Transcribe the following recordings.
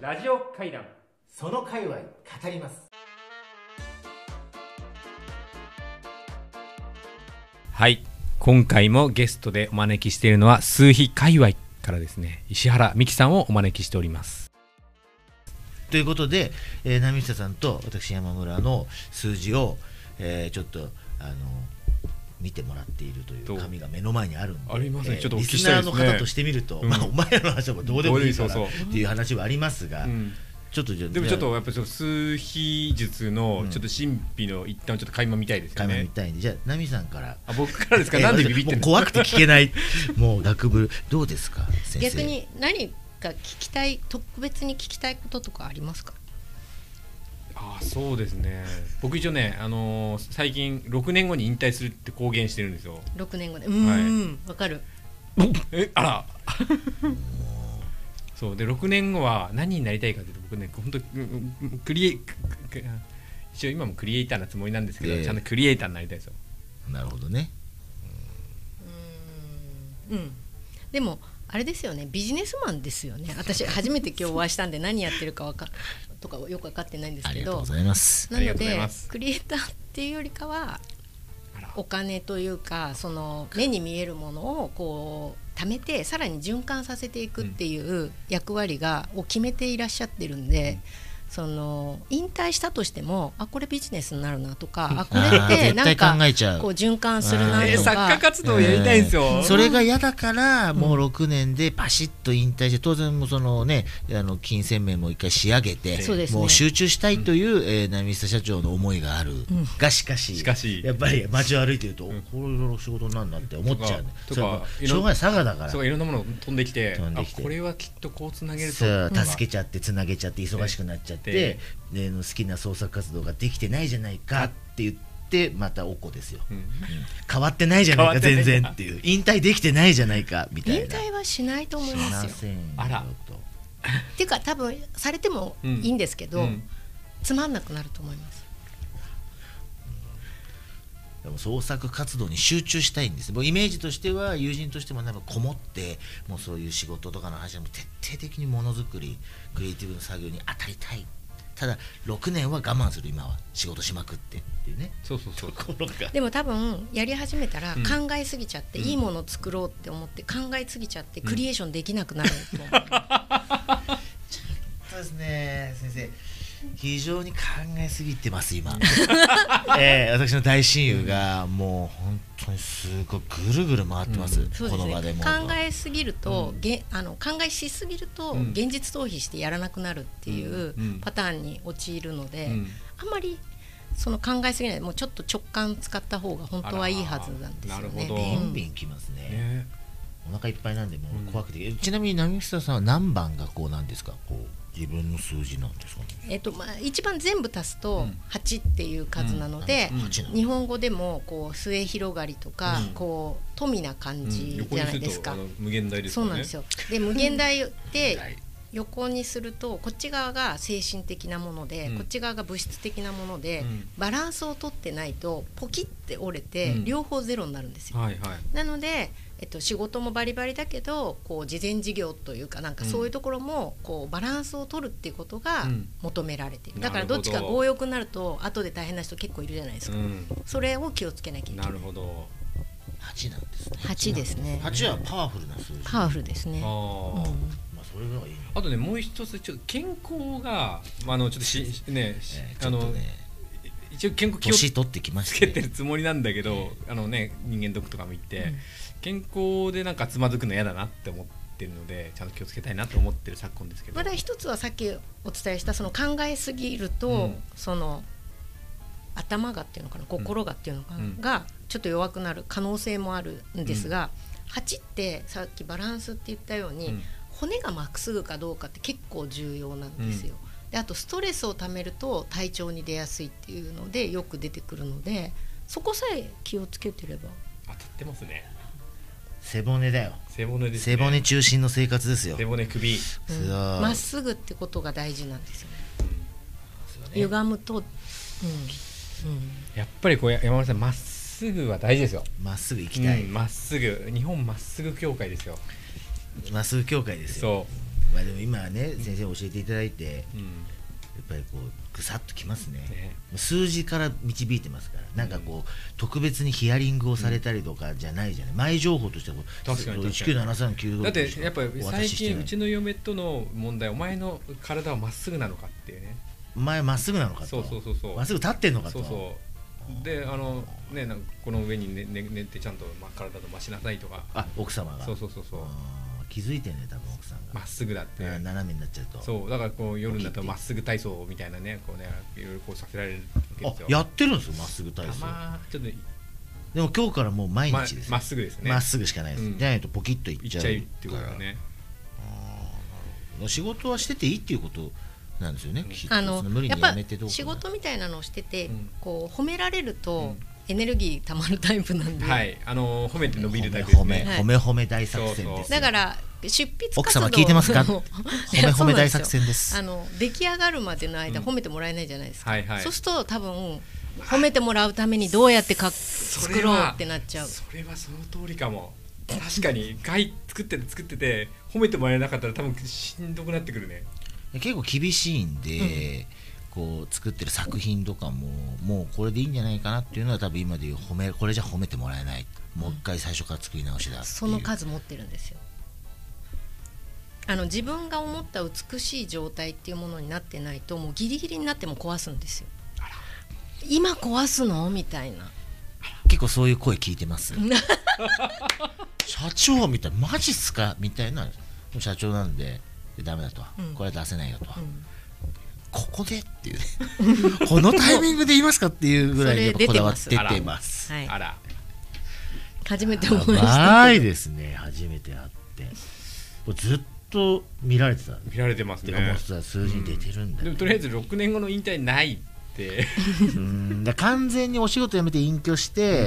ラジオ会談、 その界隈語ります。 はい、今回もゲストでお招きしているのは数比界隈からですね、石原美希さんをお招きしております。 ということで、波下さんと私山村の数字を、ちょっと見てもらっているという紙が目の前にあるんで、 ありますね。ちょっとお聞リスきしたいですね。 ナーの方としてみると、お前らの話はどうでもいいからっていう話はありますが、ちょっとでもちょっとやっぱり数比術のちょっと神秘の一端をちょっと垣間見たいですよね。 垣間見たいんで、じゃあ波さんから。 僕からですか。なんでビビってるんですか。 怖くて聞けないもう学部どうですか先生。 逆に何か聞きたい、特別に聞きたいこととかありますか。 そうですね。僕一応ね、最近6年後に引退するって公言してるんですよ。 6年後で、わかる。 あらそうで、6年後は何になりたいかというと、僕ね、本当一応今もクリエイターなつもりなんですけど、ちゃんとクリエイターになりたいですよ。 なるほどね。 でもあれですよね、ビジネスマンですよね。私初めて今日お会いしたんで何やってるかとかよく分かってないんですけど。 ありがとうございます。 なのでクリエイターっていうよりかはお金というか、その目に見えるものをこう貯めてさらに循環させていくっていう役割を決めていらっしゃってるんで、その引退したとしてもこれビジネスになるなとか、これってなんかこう循環するなとか、 作家活動をやりたいんですよ。 それが嫌だからもう6年でパシッと引退して、当然もうそのね、金銭面も一回仕上げて、もう集中したいという波下社長の思いがあるが、しかしやっぱり街を歩いてるとこれの仕事なんだって思っちゃうね。 とかしょうがない、佐賀だから、 そういろんなもの飛んできて、これはきっとこうつなげると、 助けちゃってつなげちゃって忙しくなっちゃって、で好きな創作活動ができてないじゃないかって言って、またおこですよ、変わってないじゃないか全然っていう、引退できてないじゃないかみたいな。 引退はしないと思いますよ。っていうか多分されてもいいんですけど、つまんなくなると思います。 でも創作活動に集中したいんです。もうイメージとしては、友人としてもなんかこもって、もうそういう仕事とかの話でも徹底的にものづくり、クリエイティブの作業に当たりたい。ただ6年は我慢する、今は仕事しまくってっていうね。 そうでも多分やり始めたら考えすぎちゃって、いいものを作ろうって思って考えすぎちゃってクリエーションできなくなると思う。 そうですね、先生非常に考えすぎてます今。私の大親友がもう本当にすごいぐるぐる回ってます、この場でも。 考えすぎると、考えしすぎると現実逃避してやらなくなるっていうパターンに陥るので、あんまりその考えすぎないで、もうちょっと直感使った方が本当はいいはずなんですよね。 ビンビンきますね。お腹いっぱいなんでもう怖くて。ちなみに波下さんは何番がこうなんですか、こう自分の数字なんですかね。 一番全部足すと8っていう数なので、日本語でもこう末広がりとか、こう富な感じじゃないですか。 無限大ですよね。そうなんですよ。で無限大で横にするとこっち側が精神的なもので、こっち側が物質的なもので、バランスを取ってないとポキって折れて、両方ゼロになるんですよ。なので仕事もバリバリだけど、こう慈善事業というかなんかそういうところもこうバランスを取るっていうことが求められている。だからどっちか強欲になると後で大変な人結構いるじゃないですか。それを気をつけなきゃいけない。 なるほど。 8なんですね。 8ですね。 8はパワフルな数字。 パワフルですね。 それがいい。 あとね、もう一つちょっと健康がちょっと一応健康気をつけてるつもりなんだけど、人間ドックとかも行って、健康でなんかつまずくの嫌だなって思ってるので、ちゃんと気をつけたいなと思ってる昨今ですけど。 まだ一つはさっきお伝えした、その考えすぎると、その頭がっていうのかな、心がっていうのかな、がちょっと弱くなる可能性もあるんですが、8ってさっきバランスって言ったように、骨がまっすぐかどうかって結構重要なんですよ。であとストレスをためると体調に出やすいっていうのでよく出てくるので、そこさえ気をつけてれば。 当たってますね。 背骨だよ。 背骨ですね。 背骨中心の生活ですよ。 背骨首、 まっすぐってことが大事なんですよね。歪むと、 やっぱりこう山村さん、まっすぐは大事ですよ。 まっすぐ行きたい。 まっすぐ、日本まっすぐ協会ですよ。 まっすぐ協会ですよ。 そうまあでも今ね先生教えていただいて、やっぱりこうぐさっときますね。数字から導いてますから、なんかこう特別にヒアリングをされたりとかじゃないじゃない、前情報として 197395だってやっぱり最近うちの嫁との問題、お前の体はまっすぐなのかっていうね、 お前まっすぐなのかと、まっすぐ立ってんのかと、 でね、なんかこの上に寝てちゃんと体と増しなさいとか、 奥様が気づいてね、多分奥さんがまっすぐだって斜めになっちゃうと、 そうだからこう夜だとまっすぐ体操みたいなね、こうねいろいろこうさせられるわけですよ。 やってるんですよまっすぐ体操。 ちょっとでも今日からもう毎日です。 まっすぐですね。 まっすぐしかないです。じゃないとポキッといっちゃうっていうことだね。 仕事はしてていいっていうことなんですよね。 無理にやめてどうか。仕事みたいなのをしてて、こう褒められるとエネルギーたまるタイプなんで、 はい、褒めて伸びるタイプですね。 褒め大作戦です。 だから執筆活動奥様聞いてますか？褒め大作戦です。 出来上がるまでの間褒めてもらえないじゃないですか。そうすると多分褒めてもらうためにどうやって作ろうってなっちゃう。 それはその通りかも。確かに作ってて褒めてもらえなかったら多分しんどくなってくるね。 結構厳しいんで、こう作ってる作品とかももうこれでいいんじゃないかなっていうのは多分今でいうこれじゃ褒めてもらえない、もう一回最初から作り直しだっていう、 その数持ってるんですよ。自分が思った美しい状態っていうものになってないと、もうギリギリになっても壊すんですよ。今壊すのみたいな。 結構そういう声聞いてます社長みたいな、マジっすかみたいな、社長なんでダメだと、これは出せないよと、ここでっていうねこのタイミングで言いますかっていうぐらいこだわっててます。 あら、初めて思いました。 ないですね、初めて会ってずっと見られてますね。 もう数字に出てるんだ、 でもとりあえず6年後の引退ないだ完全にお仕事辞めて隠居して、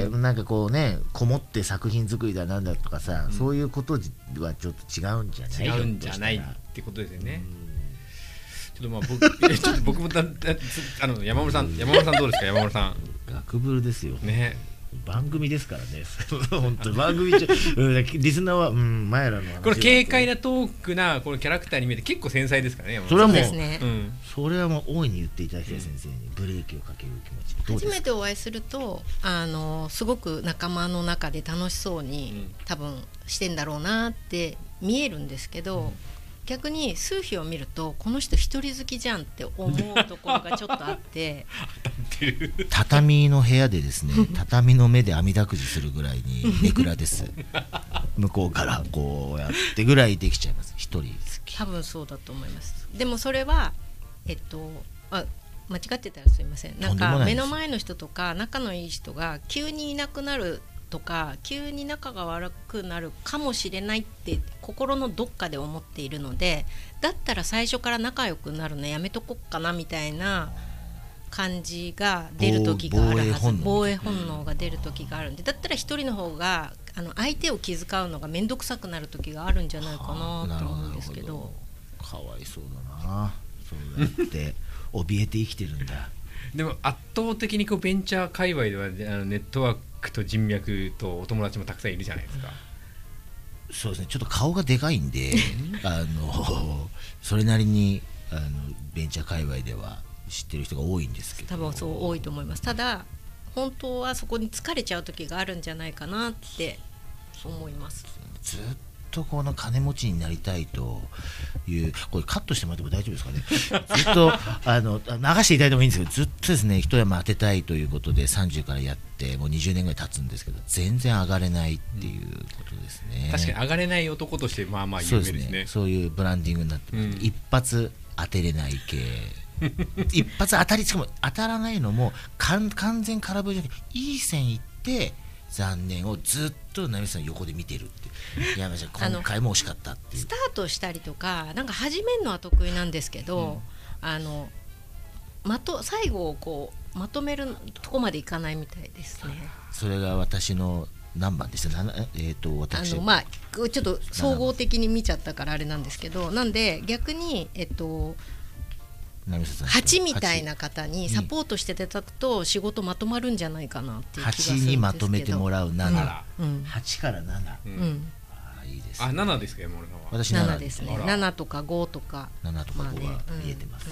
なんかこうねこもって作品作りだなんだとかさ、そういうことはちょっと違うんじゃないってことですよね。ちょっと僕も山村さんどうですか？山村さん学ブルですよね。 番組ですからね本当に番組リスナーは前らの話、 これ軽快なトークなこのキャラクターに見えて結構繊細ですからね。 それはもうそれはもう大いに言っていただきたい、先生にブレーキをかける気持ち。 初めてお会いするとすごく仲間の中で楽しそうに多分してんだろうなって見えるんですけど、逆に数秘を見るとこの人一人好きじゃんって思うところがちょっとあって畳の部屋でですね、畳の目で網だくじするぐらいにネクラです向こうからこうやってぐらいできちゃいます。一人好き、 多分そうだと思います。でもそれは間違ってたらすいません。なんか目の前の人とか仲のいい人が急にいなくなるとか急に仲が悪くなるかもしれないって心のどっかで思っているので、だったら最初から仲良くなるのやめとこっかなみたいな感じが出る時があるはず。防衛本能が出る時があるんで、だったら一人の方が相手を気遣うのが面倒くさくなる時があるんじゃないかなと思うんですけど。 かわいそうだな、そうやって怯えて生きてるんだでも圧倒的にこうベンチャー界隈ではネットワークと人脈とお友達もたくさんいるじゃないですか。 そうですね、ちょっと顔がでかいんでそれなりにベンチャー界隈では知ってる人が多いんですけど、 多分そう多いと思います。ただ本当はそこに疲れちゃう時があるんじゃないかなって思います。 ずっとこの金持ちになりたいという、これカットしてもらっても大丈夫ですかねずっと流していただいてもいいんですけど、ずっとですね一山当てたいということで30からやってもう20年ぐらい経つんですけど、全然上がれないっていうことですね。 確かに上がれない男としてまあまあ有名ですね。 そういうブランディングになってます、一発当てれない系一発当たり、しかも当たらないのも完全空振りじゃなくていい線いって残念をずっと成美さん横で見てるって、いや今回も惜しかったっていう。 スタートしたりとかなんか始めるのは得意なんですけど、最後をこうまとめるとこまでいかないみたいですね。 それが私の何番でした？私ちょっと総合的に見ちゃったからあれなんですけど、なんで逆に8みたいな方にサポートしていただくと仕事まとまるんじゃないかなっていう気がするんですけど、 8にまとめてもらう7、8から7、 いいです、 あ、7ですか山村さんは。 私 7ですね。7とか5とか 7とか5は見えてます、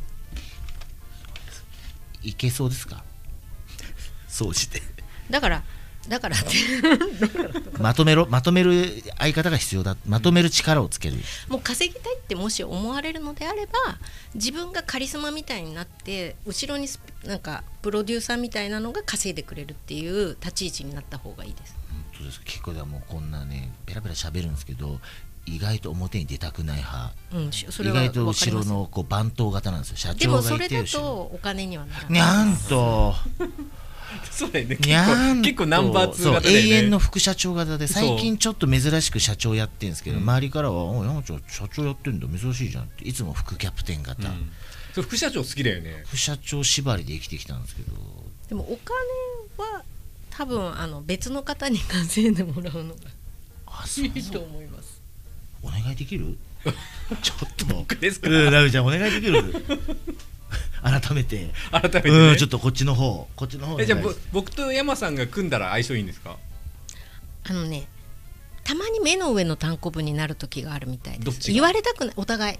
いけそうですか掃除でだからってまとめる相方が必要だ、まとめる力をつける、 もう稼ぎたいってもし思われるのであれば、自分がカリスマみたいになって後ろになんかプロデューサーみたいなのが稼いでくれるっていう立ち位置になった方がいいです。 本当です。結構ではもうこんなねペラペラ喋るんですけど、意外と表に出たくない派、それは意外と後ろのこう番頭型なんですよ。社長がいて、 でもそれだとお金にはならない。 にゃんとそうだよね、結構ナンバー2型で、ね、 永遠の副社長型で、最近ちょっと珍しく社長やってるんですけど、周りからは「山ちゃん社長やってんだ珍しいじゃん」って、いつも副キャプテン型、 そう副社長好きだよね。 副社長縛りで生きてきたんですけど、 でもお金は多分別の方に稼いでもらうのがいいと思います。 お願いできるちょっと僕ですか、 ラビちゃんお願いできる改めて、ね、ちょっとこっちの方じゃあ僕と山さんが組んだら相性いいんですか？ ね、たまに目の上の単行部になる時があるみたいです。言われたくない、お互い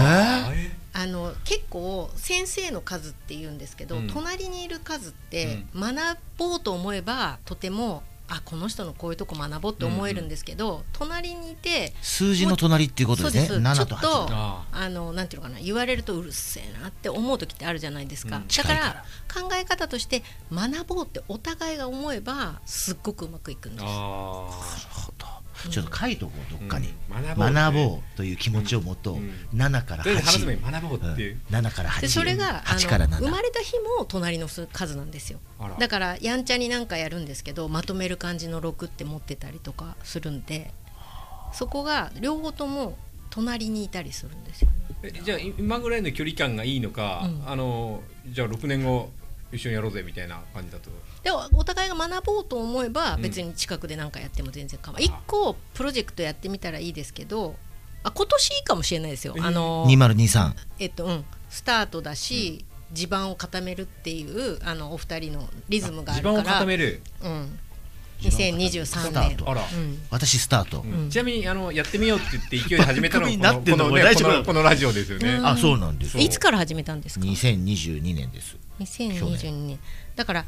結構先生の数って言うんですけど、隣にいる数って学ぼうと思えばとてもこの人のこういうとこ学ぼうって思えるんですけど、隣にいて数字の隣っていうことですね。7と8、 ちょっとなんていうのかな、言われるとうるせえなって思う時ってあるじゃないですか、だから考え方として学ぼうってお互いが思えばすっごくうまくいくんです。なるほど。ちょっと書いとこう、どっかに、学ぼうという気持ちを持とう、7から8、 学ぼうっていう、 7から8、 それが 8から7、 生まれた日も隣の数なんですよ。だからやんちゃになんかやるんですけど、まとめる感じの6って持ってたりとかするんで、そこが両方とも隣にいたりするんですよね。 じゃあ今ぐらいの距離感がいいのか、じゃあ6年後一緒にやろうぜみたいな感じだと。 でもお互いが学ぼうと思えば別に近くで何かやっても全然構わない。1個プロジェクトやってみたらいいですけど、今年いいかもしれないですよ。 2023、 スタートだし、地盤を固めるっていうお二人のリズムがあるから。 地盤を固める。 2023年。 私スタート。 ちなみにやってみようって言って勢いで始めたのはこのラジオですよね。 そうなんです。 いつから始めたんですか ？2022年です。 2022年だから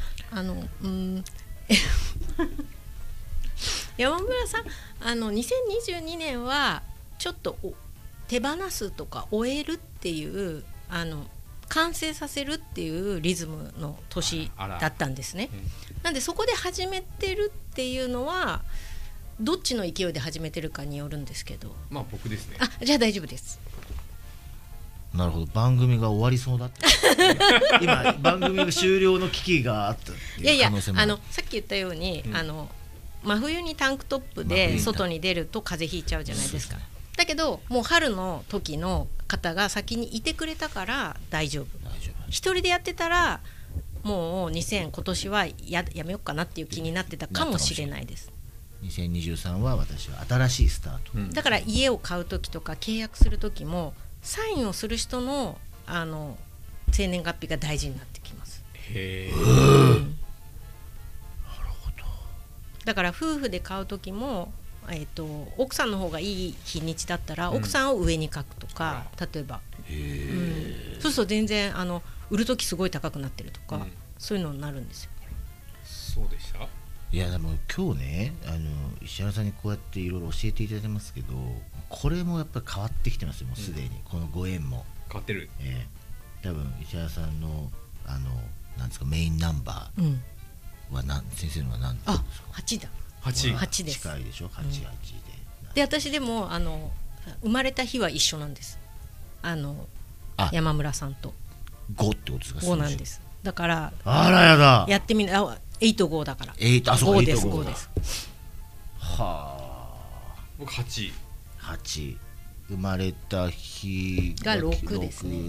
山村さん2022年はちょっと手放すとか終えるっていう完成させるっていうリズムの年だったんですね。なんでそこで始めてるっていうのはどっちの勢いで始めてるかによるんですけど、 僕ですね。 じゃあ大丈夫です。 なるほど、番組が終わりそうだった今番組が終了の危機があったっていう可能性もある。 さっき言ったように、真冬にタンクトップで外に出ると風邪ひいちゃうじゃないですか。だけどもう春の時の方が先にいてくれたから大丈夫。一人でやってたらもう今年はやめようかなっていう気になってたかもしれないです。 2023は私は新しいスタート、 だから家を買う時とか契約する時もサインをする人の生年月日が大事になってきます。 へー、なるほど。 だから夫婦で買う時も、奥さんの方がいい日にちだったら、奥さんを上に書くとか、例えば、そうすると全然売る時すごい高くなってるとか、そういうのになるんですよ。 そうでした。 いやでも今日ね石原さんにこうやっていろいろ教えていただいてますけど、これもやっぱり変わってきてますよ。もうすでにこのご縁も変わってる。 多分石原さんのなんですかメインナンバーは先生のは何ですか ？8だ。 8 です。 近いでしょ。88で。 で私でも生まれた日は一緒なんです。山村さんと 5ってことですか？5 なんです。だからやだ。 やってみる。8と5だから。 5 です。5です。 はあ。 僕8。 生まれた日が6ですね。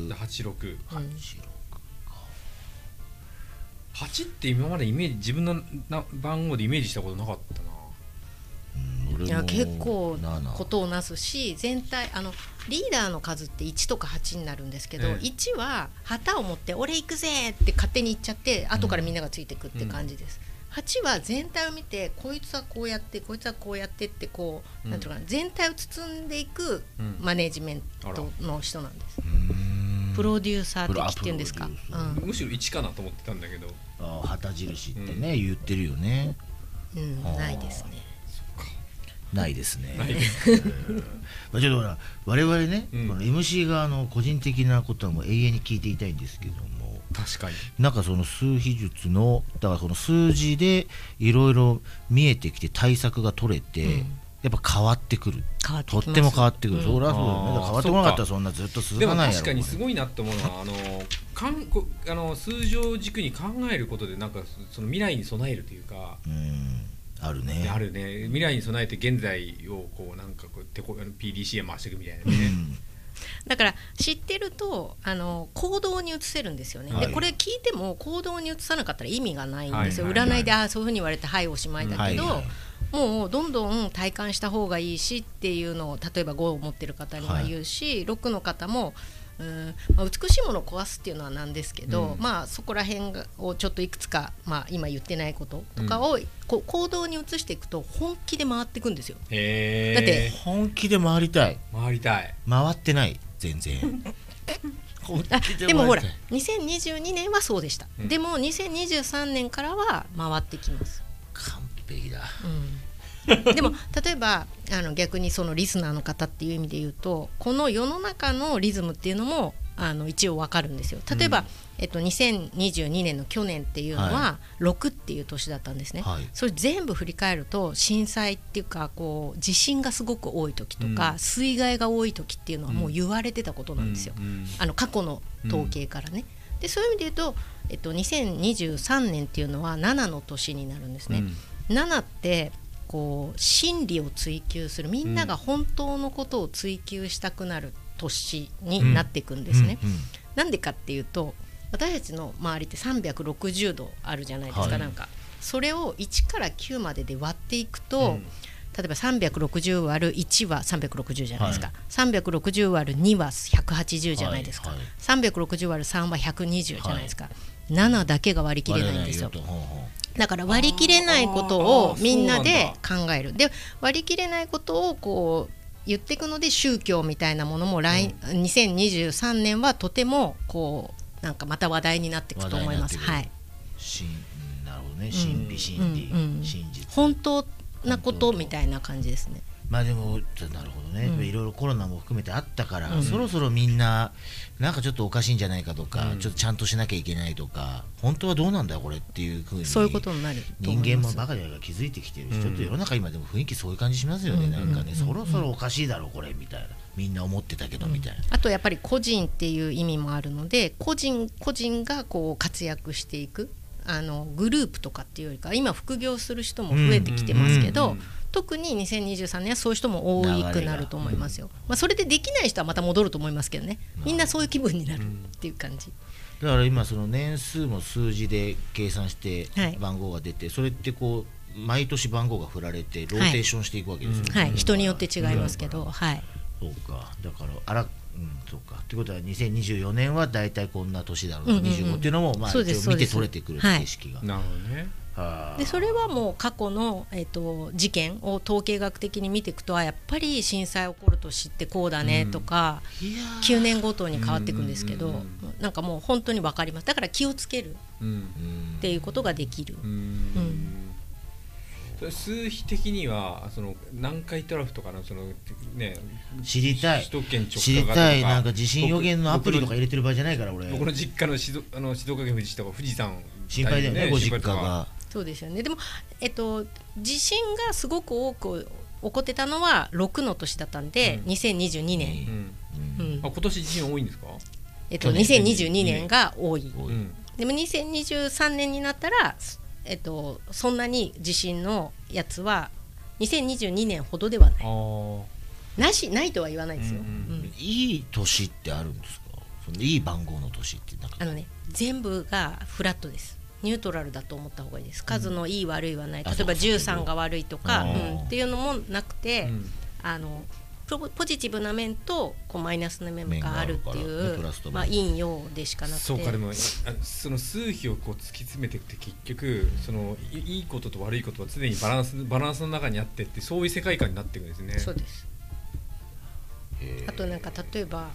86。8って今まで自分の番号でイメージしたことなかったな。 いや結構ことをなすし、全体リーダーの数って1とか8になるんですけど、1は旗を持って俺行くぜって勝手に言っちゃって、後からみんながついてくって感じです。 8は全体を見てこいつはこうやってこいつはこうやってってこう、なんていうかな、全体を包んでいくマネジメントの人なんです。プロデューサー的っていうんですか。 むしろ1かなと思ってたんだけど、 旗印ってね、言ってるよね。 ないですね。 ないですね。ちょっとほら我々ね、この MC 側の個人的なことはもう永遠に聞いていたいんですけども、 確かになんかその数秘術のだからその数字でいろいろ見えてきて対策が取れて、やっぱ変わってくる。とっても変わってくる。そりゃそうだよね。変わってこなかったらそんなずっと続かないやろ。 でも確かにすごいなって思うのは数字を軸に考えることでなんかその未来に備えるというか。 あるね。 あるね。未来に備えて現在をこうなんかこうPDCA 回していくみたいなね。 だから知ってると行動に移せるんですよね。でこれ聞いても行動に移さなかったら意味がないんですよ。占いでそういうふうに言われてはいおしまいだけど、もうどんどん体感した方がいいしっていうのを例えば5を持ってる方には言うし、6の方も美しいものを壊すっていうのはなんですけど、そこら辺をちょっといくつか、今言ってないこととかを、行動に移していくと本気で回っていくんですよ。だって本気で回りたい回ってない全然でもほら2022年はそうでした。でも2023年からは回ってきます。 完璧だ。 でも例えば逆にそのリスナーの方っていう意味で言うと、この世の中のリズムっていうのも一応わかるんですよ。例えば、2022年の去年っていうのは6っていう年だったんですね。それ全部振り返ると震災っていうかこう地震がすごく多い時とか、水害が多い時っていうのはもう言われてたことなんですよ。過去の統計からね。でそういう意味で言うと、2023年っていうのは7の年になるんですね。7ってこう真理を追求する、みんなが本当のことを追求したくなる年になっていくんですね。なんでかっていうと、私たちの周りって360度あるじゃないですか。なんかそれを1から9までで割っていくと、例えば360割る1は360じゃないですか、360割る2は180じゃないですか、360割る3は120じゃないですか、7だけが割り切れないんですよ。だから割り切れないことをみんなで考える。で割り切れないことをこう言っていくので、宗教みたいなものも2023年はとてもこうなんかまた話題になっていくと思います。はい。 なるほどね。神秘真理、真実、 本当なことみたいな感じですね。 まあでもなるほどね、いろいろコロナも含めてあったから、そろそろみんななんかちょっとおかしいんじゃないかとか、ちょっとちゃんとしなきゃいけないとか、本当はどうなんだこれっていうふうに、 そういうことになる人間もバカで気づいてきてるし、ちょっと世の中今でも雰囲気そういう感じしますよね。なんかね、そろそろおかしいだろこれみたいな、みんな思ってたけどみたいな。 あとやっぱり個人っていう意味もあるので、個人がこう活躍していく、グループとかっていうよりか、今副業する人も増えてきてますけど、特に2023年はそういう人も多くなると思いますよ。それでできない人はまた戻ると思いますけどね。みんなそういう気分になるっていう感じ。 だから今その年数も数字で計算して番号が出て、それってこう毎年番号が振られてローテーションしていくわけですよね。 人によって違いますけど、 そうか。だからそうか。ということは2024年はだいたいこんな年だろうな、25っていうのもまあ見て取れてくる景色が。 なるほどね。 でそれはもう過去の、事件を統計学的に見ていくと、やっぱり震災起こる年ってこうだねとか、9年ごとに変わっていくんですけど、なんかもう本当に分かります。だから気をつけるっていうことができる。 数比的にはその南海トラフとかのそのね、 知りたい。 首都圏直下知りたい。なんか地震予言のアプリとか入れてる場合じゃないから俺。 僕の実家の静岡県富士とか富士山心配だよね、ご実家が。 そうですよね。でも地震がすごく多く起こってたのは6の年だったんで、2022年。 今年地震多いんですか ？2022年が多い。でも2023年になったらそんなに地震のやつは2022年ほどではない。ないとは言わないですよ。 いい年ってあるんですか？そのいい番号の年って全部がフラットです。ニュートラルだと思った方がいいです。数のいい悪いはない。例えば13が悪いとかっていうのもなくて、 ポジティブな面とこうマイナスな面があるっていう、陰陽でしかなくて、 そうか。でもその数比をこう突き詰めていって結局そのいいことと悪いことは常にバランスの中にあってってそういう世界観になっていくんですね。 そうです。あとなんか例えば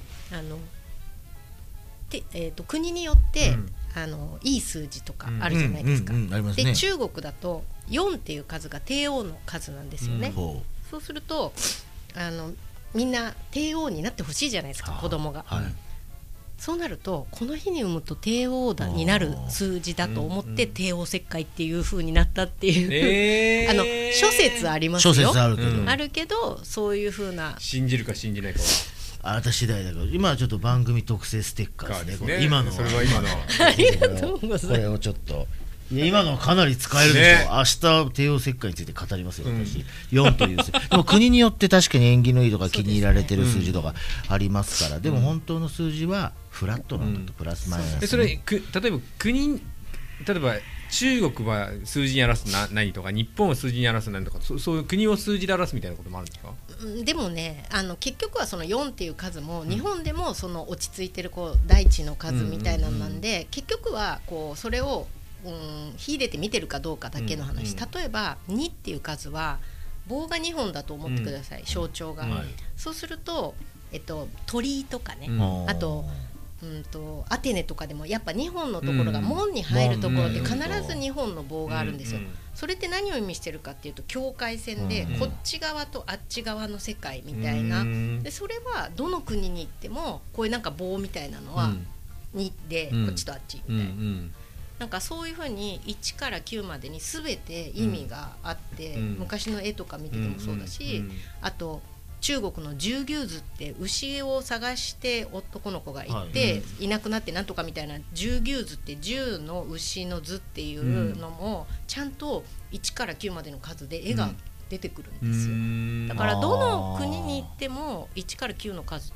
国によって、いい数字とかあるじゃないですか。で中国だと4っていう数が帝王の数なんですよね。そうするとみんな帝王になってほしいじゃないですか、子供が。そうなるとこの日に産むと帝王になる数字だと思って帝王切開っていう風になったっていう諸説ありますよ。諸説あるけどそういう風な、 信じるか信じないかはあなた次第だけど、今はちょっと番組特製ステッカーですね。今のそれは今のありがとうございます。 これをちょっと今のはかなり使えるでしょ。明日帝王切開について語りますよ、私。4という数字。でも国によって確かに縁起のいいとか気に入られてる数字とかありますから、でも本当の数字はフラットなんだと、プラスマイナス。 それ例えば中国は数字に表す何とか、日本は数字に表す何とか、そういう国を数字で表すみたいなこともあるんですか？ でもね、結局はその4っていう数も日本でもその落ち着いてるこう大地の数みたいなのなんで、結局はこうそれを秀でて見てるかどうかだけの話。例えば2っていう数は棒が2本だと思ってください、象徴が。そうすると、鳥居とかね、あとアテネとかでもやっぱ2本のところが門に入るところで必ず2本の棒があるんですよ。それって何を意味してるかっていうと境界線で、こっち側とあっち側の世界みたいな。でそれはどの国に行ってもこういうなんか棒みたいなのは2で、こっちとあっちみたいな。なんかそういうふうに1から9までに全て意味があって、昔の絵とか見ててもそうだし、あと中国の十牛図って牛を探して男の子がいて、いなくなってなんとかみたいな十牛図って10の牛の図っていうのもちゃんと1から9までの数で絵が出てくるんですよ。だからどの国に行っても1から9の数って、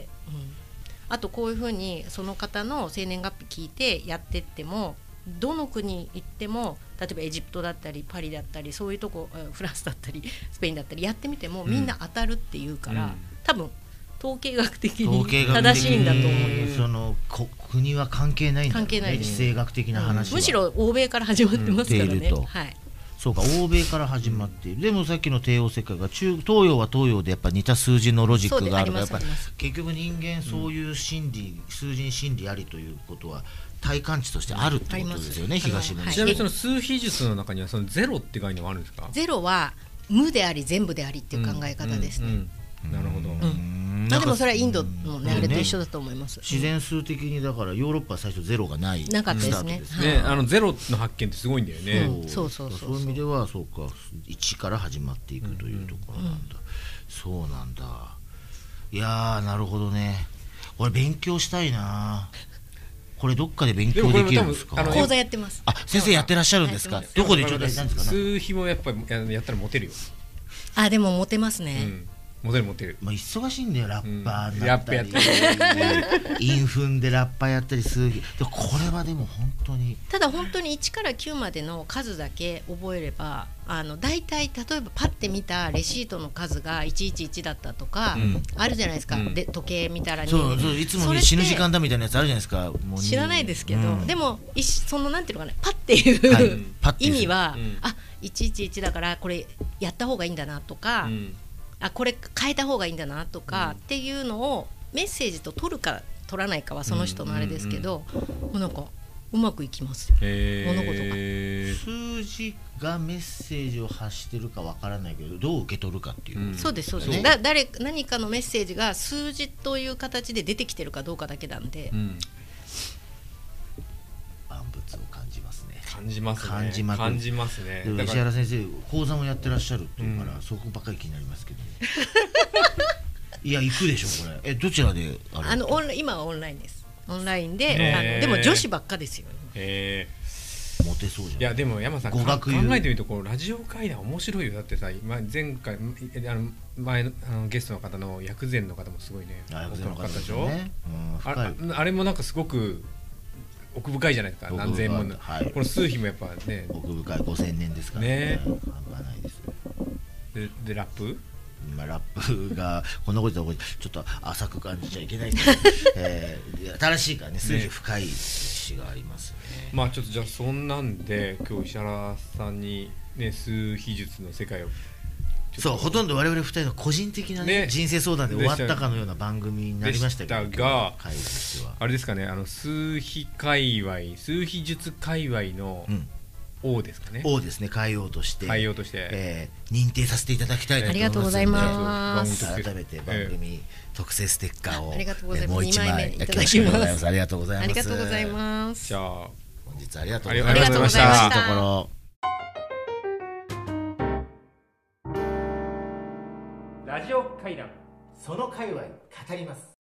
あとこういうふうにその方の生年月日聞いてやってっても、どの国行っても例えばエジプトだったりパリだったりそういうとこ、フランスだったりスペインだったりやってみてもみんな当たるっていうから、多分統計学的に正しいんだと思う。 その国は関係ないんだよね。地政学的な話は、 むしろ欧米から始まってますからね。 そうか、欧米から始まっている。でもさっきの帝王切開が東洋は東洋でやっぱ似た数字のロジックがあるから、やっぱ結局人間そういう心理、数字に心理ありということは体感値としてあるってことですよね、東の。 ちなみにその数比術の中にはそのゼロって概念はあるんですか？ ゼロは無であり全部でありっていう考え方ですね。 なるほど。 でもそれはインドのねあれと一緒だと思います。 自然数的にだからヨーロッパは最初ゼロがないなかったですね。 ゼロの発見ってすごいんだよね。 そういう意味ではそうか、1から始まっていくというところなんだ。そうなんだ。いやー、なるほどね。これ勉強したいな。これどっかで勉強できるんですか？ 講座やってます。 先生やってらっしゃるんですか？どこでちょうだいなんですか？ 数比もやっぱりやったらモテるよ。 でもモテますね。 モテる。 忙しいんだよ、ラッパーになったり、インフンでラッパーやったりする。これはでも本当にただ本当に1から9までの数だけ覚えれば、大体例えばパッて見たレシートの数が111だったとか、あるじゃないですか。で時計見たらそういつも死ぬ時間だみたいなやつあるじゃないですか。もう知らないですけど、でもそのなんていうのかね、パッていう意味は、111だからこれやった方がいいんだなとか、これ変えた方がいいんだなとかっていうのをメッセージと取るか取らないかはその人のあれですけど、もうなんかうまくいきますよ、物事が。 数字がメッセージを発してるかわからないけど、どう受け取るかっていう、 そうです何かのメッセージが数字という形で出てきてるかどうかだけなんで、 万物を感じますね。 感じますね。 石原先生講座もやってらっしゃるっていうから、そこばっかり気になりますけど、いや行くでしょこれ。どちらで今はオンラインです。オンラインで、でも女子ばっかですよ。 モテそうじゃん。 いやでも山さん考えてみると、こうラジオ会談面白いよ。だってさ、前回前のゲストの方の薬膳の方もすごいね、奥の方でしょ。あれもなんかすごく奥深いじゃないですか。何千万の、この数比もやっぱね奥深い。5000年ですからね。半端ないです。 でラップラップがこんなことでちょっと浅く感じちゃいけないけど、新しいからね、数字深い詩がありますね。 まあちょっとじゃあそんなんで今日石原さんにね、数秘術の世界をそうほとんど我々2人の個人的な、ね、人生相談で終わったかのような番組になりましたけど、 あれですかね、数秘界隈、数秘術界隈の王ですかね。 王ですね、海王として、認定させていただきたいと思いますので、 ありがとうございます。 改めて番組特製ステッカーをありがとうございます。 もう1枚いただきます。ありがとうございます。 ありがとうございます。 じゃあ本日ありがとうございました。ラジオ会談、その界隈語ります。